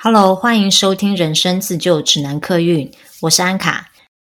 Hello， 欢迎收听人生自救指南客运，我是安卡。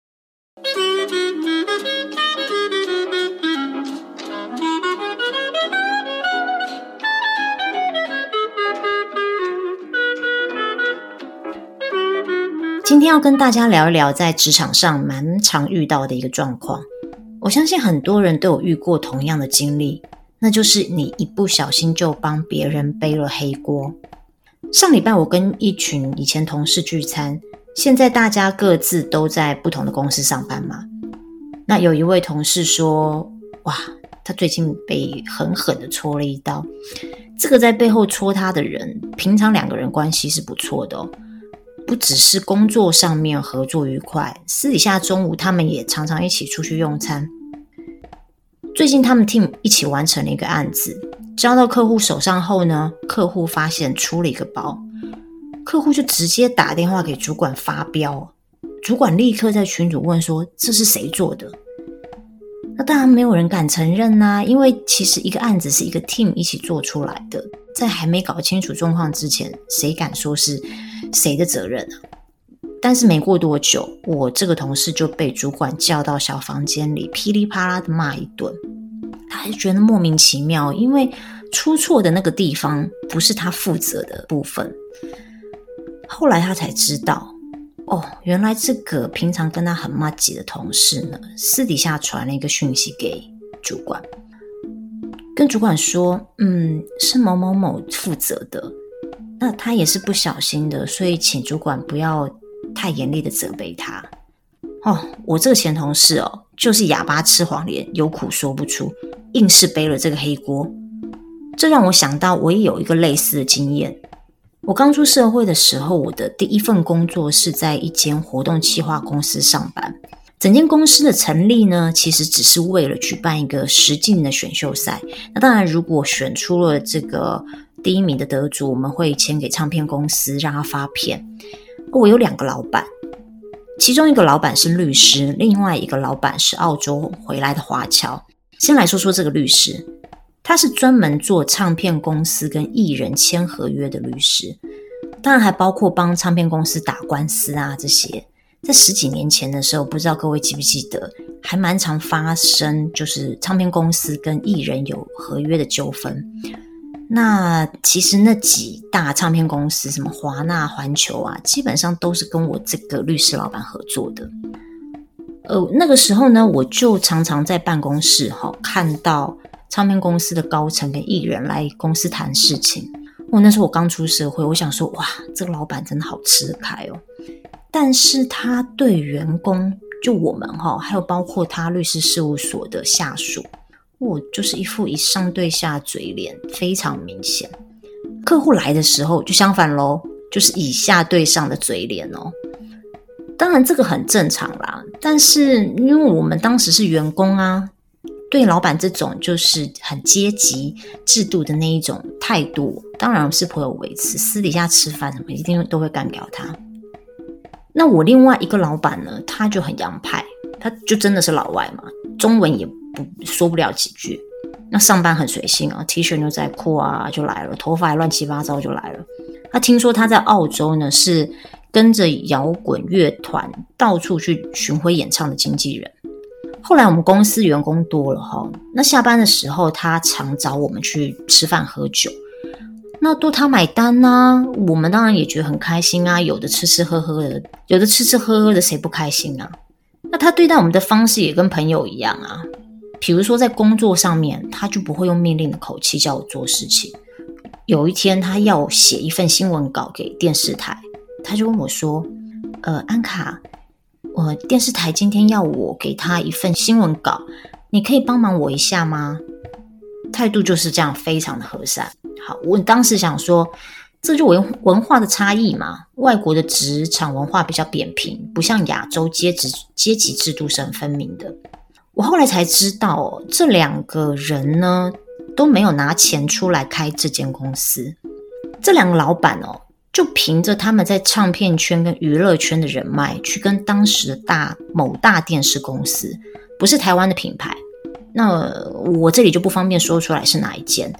今天要跟大家聊一聊在职场上蛮常遇到的一个状况，我相信很多人都有遇过同样的经历，那就是你一不小心就帮别人背了黑锅。上礼拜我跟一群以前同事聚餐，现在大家各自都在不同的公司上班嘛。那有一位同事说，哇，他最近被狠狠的戳了一刀。这个在背后戳他的人，平常两个人关系是不错的哦，不只是工作上面合作愉快，私底下中午他们也常常一起出去用餐。最近他们 team 一起完成了一个案子，交到客户手上后呢，客户发现出了一个包，客户就直接打电话给主管发飙，主管立刻在群组问说这是谁做的。那当然没有人敢承认啊，因为其实一个案子是一个 team 一起做出来的，在还没搞清楚状况之前，谁敢说是谁的责任啊？但是没过多久，我这个同事就被主管叫到小房间里，噼里啪啦的骂一顿。他还觉得莫名其妙，因为出错的那个地方不是他负责的部分。后来他才知道，原来这个平常跟他很麻吉的同事呢，私底下传了一个讯息给主管，跟主管说，是某某某负责的。那他也是不小心的，所以请主管不要太严厉的责备他。我这个前同事就是哑巴吃黄连，有苦说不出，硬是背了这个黑锅。这让我想到我也有一个类似的经验。我刚出社会的时候，我的第一份工作是在一间活动企划公司上班。整间公司的成立呢，其实只是为了举办一个实境的选秀赛。那当然，如果选出了这个第一名的得主，我们会签给唱片公司让他发片。我有2个老板，其中一个老板是律师，另外一个老板是澳洲回来的华侨。先来说说这个律师，他是专门做唱片公司跟艺人签合约的律师，当然还包括帮唱片公司打官司啊这些。在10几年前的时候，不知道各位记不记得，还蛮常发生就是唱片公司跟艺人有合约的纠纷。那其实那几大唱片公司，什么华纳、环球啊，基本上都是跟我这个律师老板合作的。那个时候呢，我就常常在办公室看到唱片公司的高层跟艺人来公司谈事情。那时候我刚出社会，我想说，哇，这个老板真的好吃得开哦。但是他对员工，就我们还有包括他律师事务所的下属，就是一副以上对下嘴脸，非常明显。客户来的时候就相反咯，就是以下对上的嘴脸哦。当然这个很正常啦，但是因为我们当时是员工啊，对老板这种就是很阶级制度的那一种态度，当然是颇有微词，私底下吃饭什么一定都会干掉他。那我另外一个老板呢，他就很洋派，他就真的是老外嘛，中文也说不了几句。那上班很随性啊 ，T 恤牛仔裤啊就来了，头发还乱七八糟就来了。他听说他在澳洲呢是跟着摇滚乐团到处去巡回演唱的经纪人。后来我们公司员工多了那下班的时候他常找我们去吃饭喝酒，那都他买单啊，我们当然也觉得很开心啊，有的吃吃喝喝的谁不开心啊？那他对待我们的方式也跟朋友一样啊，比如说在工作上面，他就不会用命令的口气叫我做事情。有一天他要我写一份新闻稿给电视台，他就问我说，安卡，电视台今天要我给他一份新闻稿，你可以帮忙我一下吗？态度就是这样，非常的和善。好，我当时想说，这就文化的差异嘛，外国的职场文化比较扁平，不像亚洲阶级制度是很分明的。我后来才知道这2个人呢都没有拿钱出来开这间公司。这2个老板就凭着他们在唱片圈跟娱乐圈的人脉，去跟当时的某大电视公司，不是台湾的品牌，那我这里就不方便说出来是哪一间，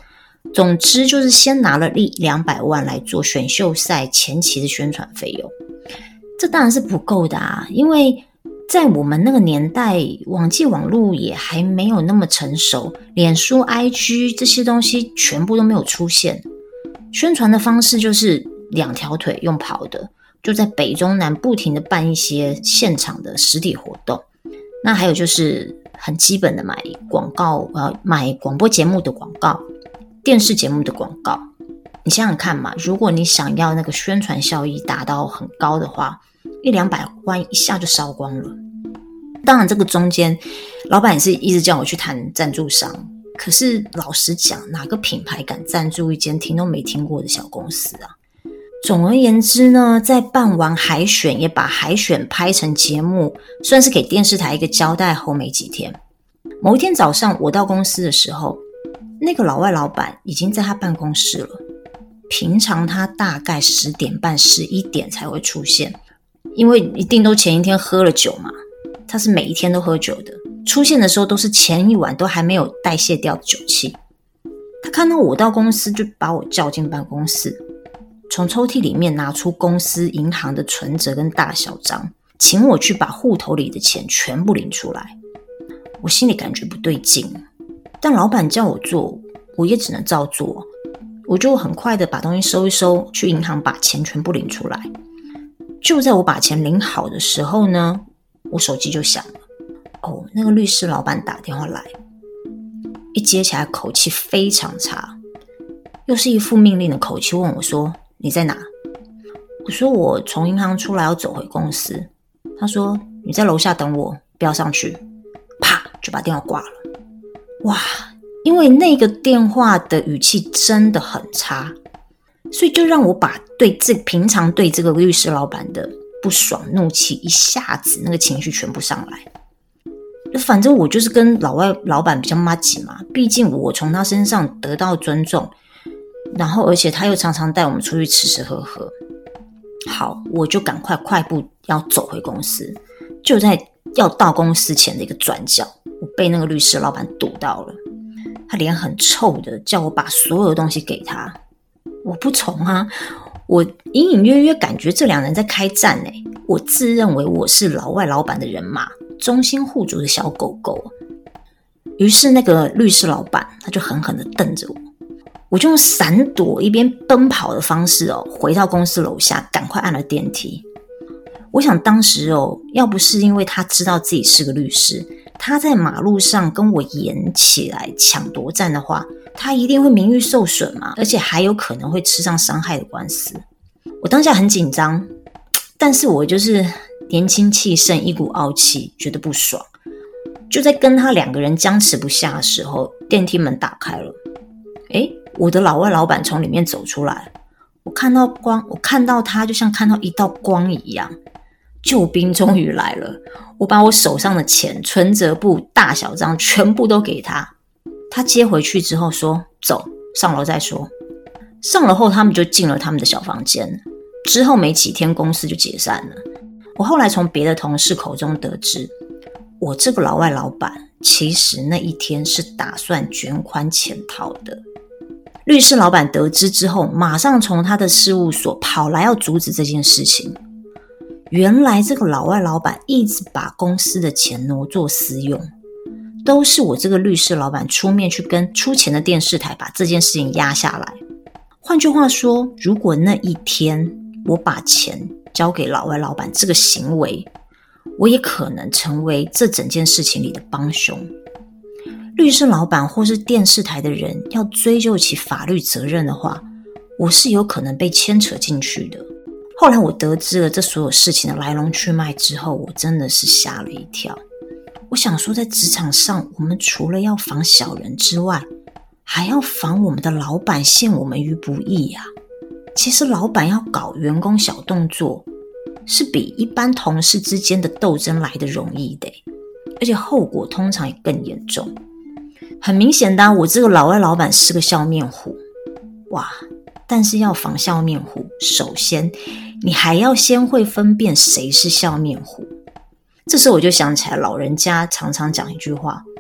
总之就是先拿了200万来做选秀赛前期的宣传费用。这当然是不够的啊，因为在我们那个年代，网际网络也还没有那么成熟，脸书 IG 这些东西全部都没有出现。宣传的方式就是2条腿用跑的，就在北中南不停的办一些现场的实体活动。那还有就是很基本的买广告，买广播节目的广告，电视节目的广告。你想想看嘛，如果你想要那个宣传效益达到很高的话，100-200万一下就烧光了。当然这个中间老板也是一直叫我去谈赞助商，可是老实讲，哪个品牌敢赞助一间听都没听过的小公司啊？总而言之呢，在办完海选，也把海选拍成节目，算是给电视台一个交代后没几天。某一天早上我到公司的时候，那个老外老板已经在他办公室了。平常他大概10点半、11点才会出现，因为一定都前一天喝了酒嘛，他是每一天都喝酒的，出现的时候都是前一晚都还没有代谢掉的酒气。他看到我到公司就把我叫进办公室，从抽屉里面拿出公司银行的存折跟大小章，请我去把户头里的钱全部领出来。我心里感觉不对劲，但老板叫我做，我也只能照做。我就很快的把东西收一收，去银行把钱全部领出来。就在我把钱领好的时候呢，我手机就响了。那个律师老板打电话来，一接起来口气非常差，又是一副命令的口气，问我说：“你在哪？”我说：“我从银行出来要走回公司。”他说：“你在楼下等我，不要上去。”啪，就把电话挂了。哇！因为那个电话的语气真的很差，所以就让我把平常对这个律师老板的不爽怒气一下子那个情绪全部上来。反正我就是跟老外老板比较麻吉嘛，毕竟我从他身上得到尊重，然后而且他又常常带我们出去吃吃喝喝。好，我就赶快快步要走回公司，就在要到公司前的一个转角，我被那个律师老板堵到了。他脸很臭的叫我把所有的东西给他，我不从啊，我隐隐约约感觉这两人在开战欸。我自认为我是老外老板的人马，忠心护主的小狗狗。于是那个律师老板他就狠狠的瞪着我，我就用闪躲一边奔跑的方式回到公司楼下，赶快按了电梯。我想当时要不是因为他知道自己是个律师，他在马路上跟我演起来抢夺战的话，他一定会名誉受损嘛，而且还有可能会吃上伤害的官司。我当下很紧张，但是我就是年轻气盛，一股傲气，觉得不爽。就在跟他2个人僵持不下的时候，电梯门打开了。我的老外老板从里面走出来，我看到光，我看到他就像看到一道光一样。救兵终于来了，我把我手上的钱、存折簿、大小章全部都给他。他接回去之后说：“走，上楼再说。”上楼后他们就进了他们的小房间。之后没几天公司就解散了。我后来从别的同事口中得知，我这个老外老板其实那一天是打算卷款潜逃的。律师老板得知之后，马上从他的事务所跑来要阻止这件事情。原来这个老外老板一直把公司的钱挪作私用，都是我这个律师老板出面去跟出钱的电视台把这件事情压下来。换句话说，如果那一天我把钱交给老外老板这个行为，我也可能成为这整件事情里的帮凶。律师老板或是电视台的人要追究其法律责任的话，我是有可能被牵扯进去的。后来我得知了这所有事情的来龙去脉之后，我真的是吓了一跳。我想说，在职场上，我们除了要防小人之外，还要防我们的老板陷我们于不义啊。其实老板要搞员工小动作，是比一般同事之间的斗争来得容易的，而且后果通常也更严重。很明显的，我这个老外老板是个笑面虎。哇！但是要防笑面虎，首先你还要先会分辨谁是笑面虎。这时候我就想起来，老人家常常讲一句话：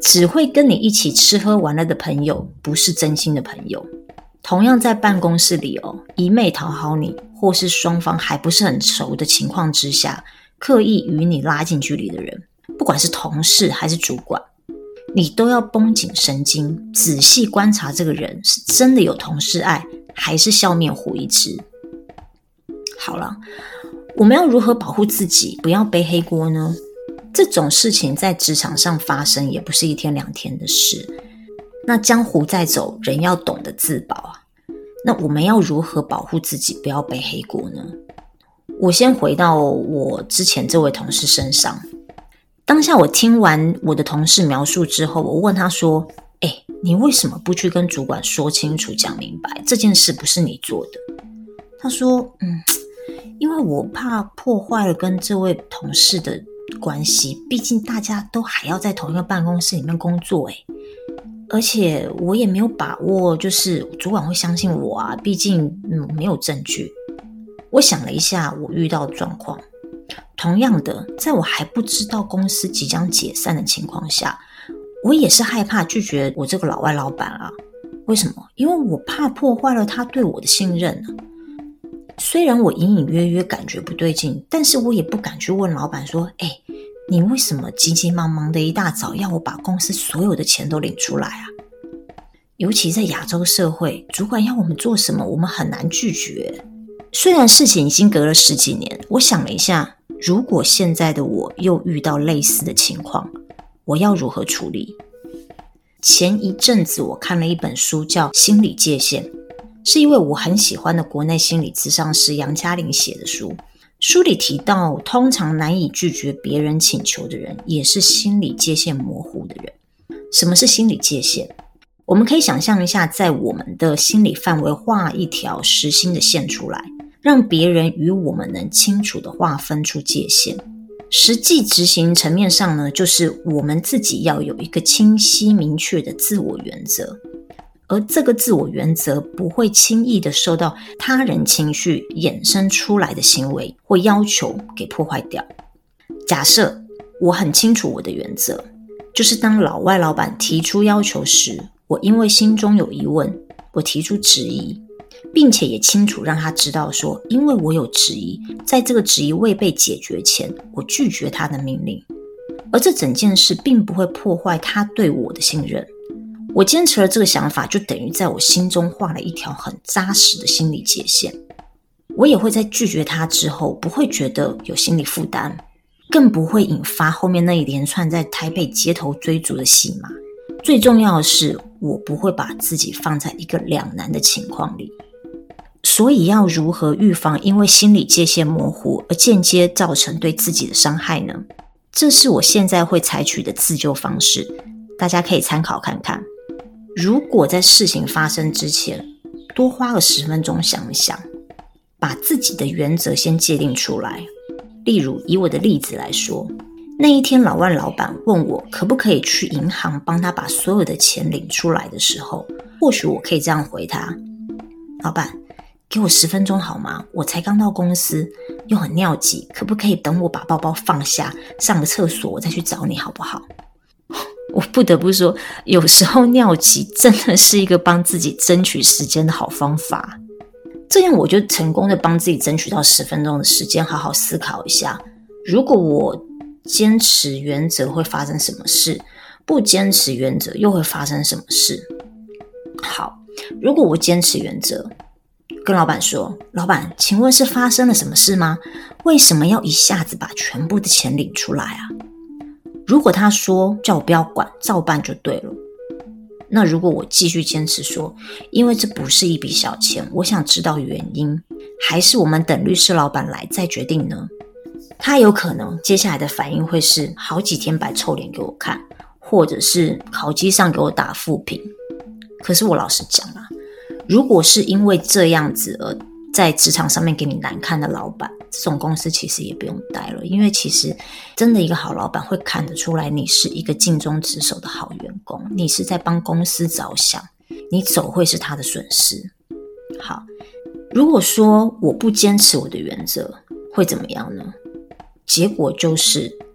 只会跟你一起吃喝玩乐的朋友，不是真心的朋友。同样在办公室里一昧讨好你，或是双方还不是很熟的情况之下，刻意与你拉近距离的人，不管是同事还是主管，你都要绷紧神经，仔细观察这个人是真的有同事爱，还是笑面虎一只。好了，我们要如何保护自己，不要背黑锅呢？这种事情在职场上发生也不是一天两天的事。那江湖在走，人要懂得自保啊。那我们要如何保护自己，不要背黑锅呢？我先回到我之前这位同事身上。当下我听完我的同事描述之后，我问他说，你为什么不去跟主管说清楚讲明白，这件事不是你做的？他说因为我怕破坏了跟这位同事的关系，毕竟大家都还要在同一个办公室里面工作而且我也没有把握就是主管会相信我啊，毕竟没有证据。我想了一下我遇到的状况，同样的，在我还不知道公司即将解散的情况下，我也是害怕拒绝我这个老外老板啊。为什么？因为我怕破坏了他对我的信任啊。虽然我隐隐约约感觉不对劲，但是我也不敢去问老板说，你为什么急急忙忙的一大早要我把公司所有的钱都领出来啊？尤其在亚洲社会，主管要我们做什么，我们很难拒绝。虽然事情已经隔了10几年，我想了一下，如果现在的我又遇到类似的情况，我要如何处理？前一阵子我看了一本书叫《心理界限》，是一位我很喜欢的国内心理咨商师杨嘉玲写的书。书里提到，通常难以拒绝别人请求的人，也是心理界限模糊的人。什么是心理界限？我们可以想象一下，在我们的心理范围画一条实心的线出来，让别人与我们能清楚地划分出界限。实际执行层面上呢，就是我们自己要有一个清晰明确的自我原则，而这个自我原则不会轻易的受到他人情绪衍生出来的行为或要求给破坏掉。假设我很清楚我的原则，就是当老外老板提出要求时，我因为心中有疑问，我提出质疑，并且也清楚让他知道说，因为我有质疑，在这个质疑未被解决前，我拒绝他的命令，而这整件事并不会破坏他对我的信任。我坚持了这个想法，就等于在我心中画了一条很扎实的心理界限。我也会在拒绝他之后，不会觉得有心理负担，更不会引发后面那一连串在台北街头追逐的戏码。最重要的是，我不会把自己放在一个两难的情况里。所以要如何预防因为心理界限模糊而间接造成对自己的伤害呢？这是我现在会采取的自救方式，大家可以参考看看。如果在事情发生之前，多花个10分钟想一想，把自己的原则先界定出来。例如以我的例子来说，那一天老外老板问我可不可以去银行帮他把所有的钱领出来的时候，或许我可以这样回他，老板，给我10分钟好吗？我才刚到公司，又很尿急，可不可以等我把包包放下，上个厕所，我再去找你好不好？我不得不说，有时候尿急真的是一个帮自己争取时间的好方法。这样我就成功的帮自己争取到10分钟的时间，好好思考一下，如果我坚持原则会发生什么事，不坚持原则又会发生什么事。好，如果我坚持原则，跟老板说，老板，请问是发生了什么事吗？为什么要一下子把全部的钱领出来啊？如果他说叫我不要管，照办就对了。那如果我继续坚持说，因为这不是一笔小钱，我想知道原因，还是我们等律师老板来再决定呢？他有可能接下来的反应会是好几天摆臭脸给我看，或者是考绩上给我打负评。可是我老实讲啊，如果是因为这样子而在职场上面给你难看的老板，这种公司其实也不用待了，因为其实真的一个好老板会看得出来你是一个尽忠职守的好员工，你是在帮公司着想，你走会是他的损失。好，如果说我不坚持我的原则会怎么样呢？结果就是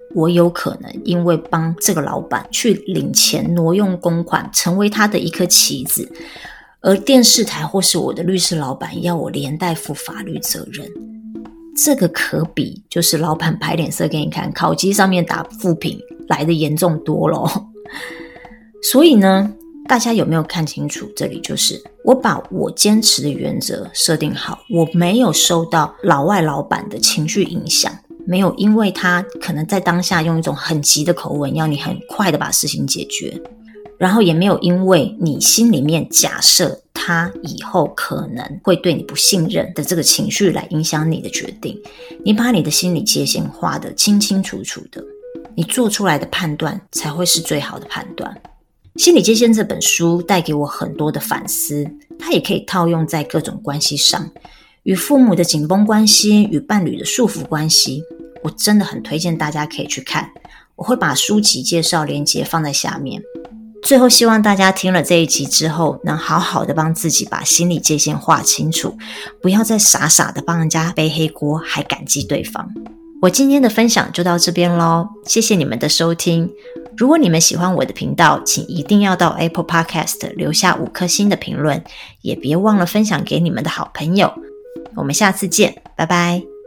我有可能因为帮这个老板去领钱挪用公款，成为他的一颗棋子，而电视台或是我的律师老板要我连带负法律责任。这个可比就是老板摆脸色给你看，烤鸡上面打负评来的严重多咯。所以呢，大家有没有看清楚？这里就是我把我坚持的原则设定好，我没有受到老外老板的情绪影响，没有因为他可能在当下用一种很急的口吻要你很快的把事情解决，然后也没有因为你心里面假设他以后可能会对你不信任的这个情绪来影响你的决定。你把你的心理界限画得清清楚楚的，你做出来的判断才会是最好的判断。心理界限这本书带给我很多的反思，它也可以套用在各种关系上，与父母的紧绷关系，与伴侣的束缚关系，我真的很推荐大家可以去看，我会把书籍介绍连结放在下面。最后希望大家听了这一集之后，能好好的帮自己把心理界限划清楚，不要再傻傻的帮人家背黑锅，还感激对方。我今天的分享就到这边咯，谢谢你们的收听。如果你们喜欢我的频道，请一定要到 Apple Podcast 留下5颗星的评论，也别忘了分享给你们的好朋友。我们下次见，拜拜。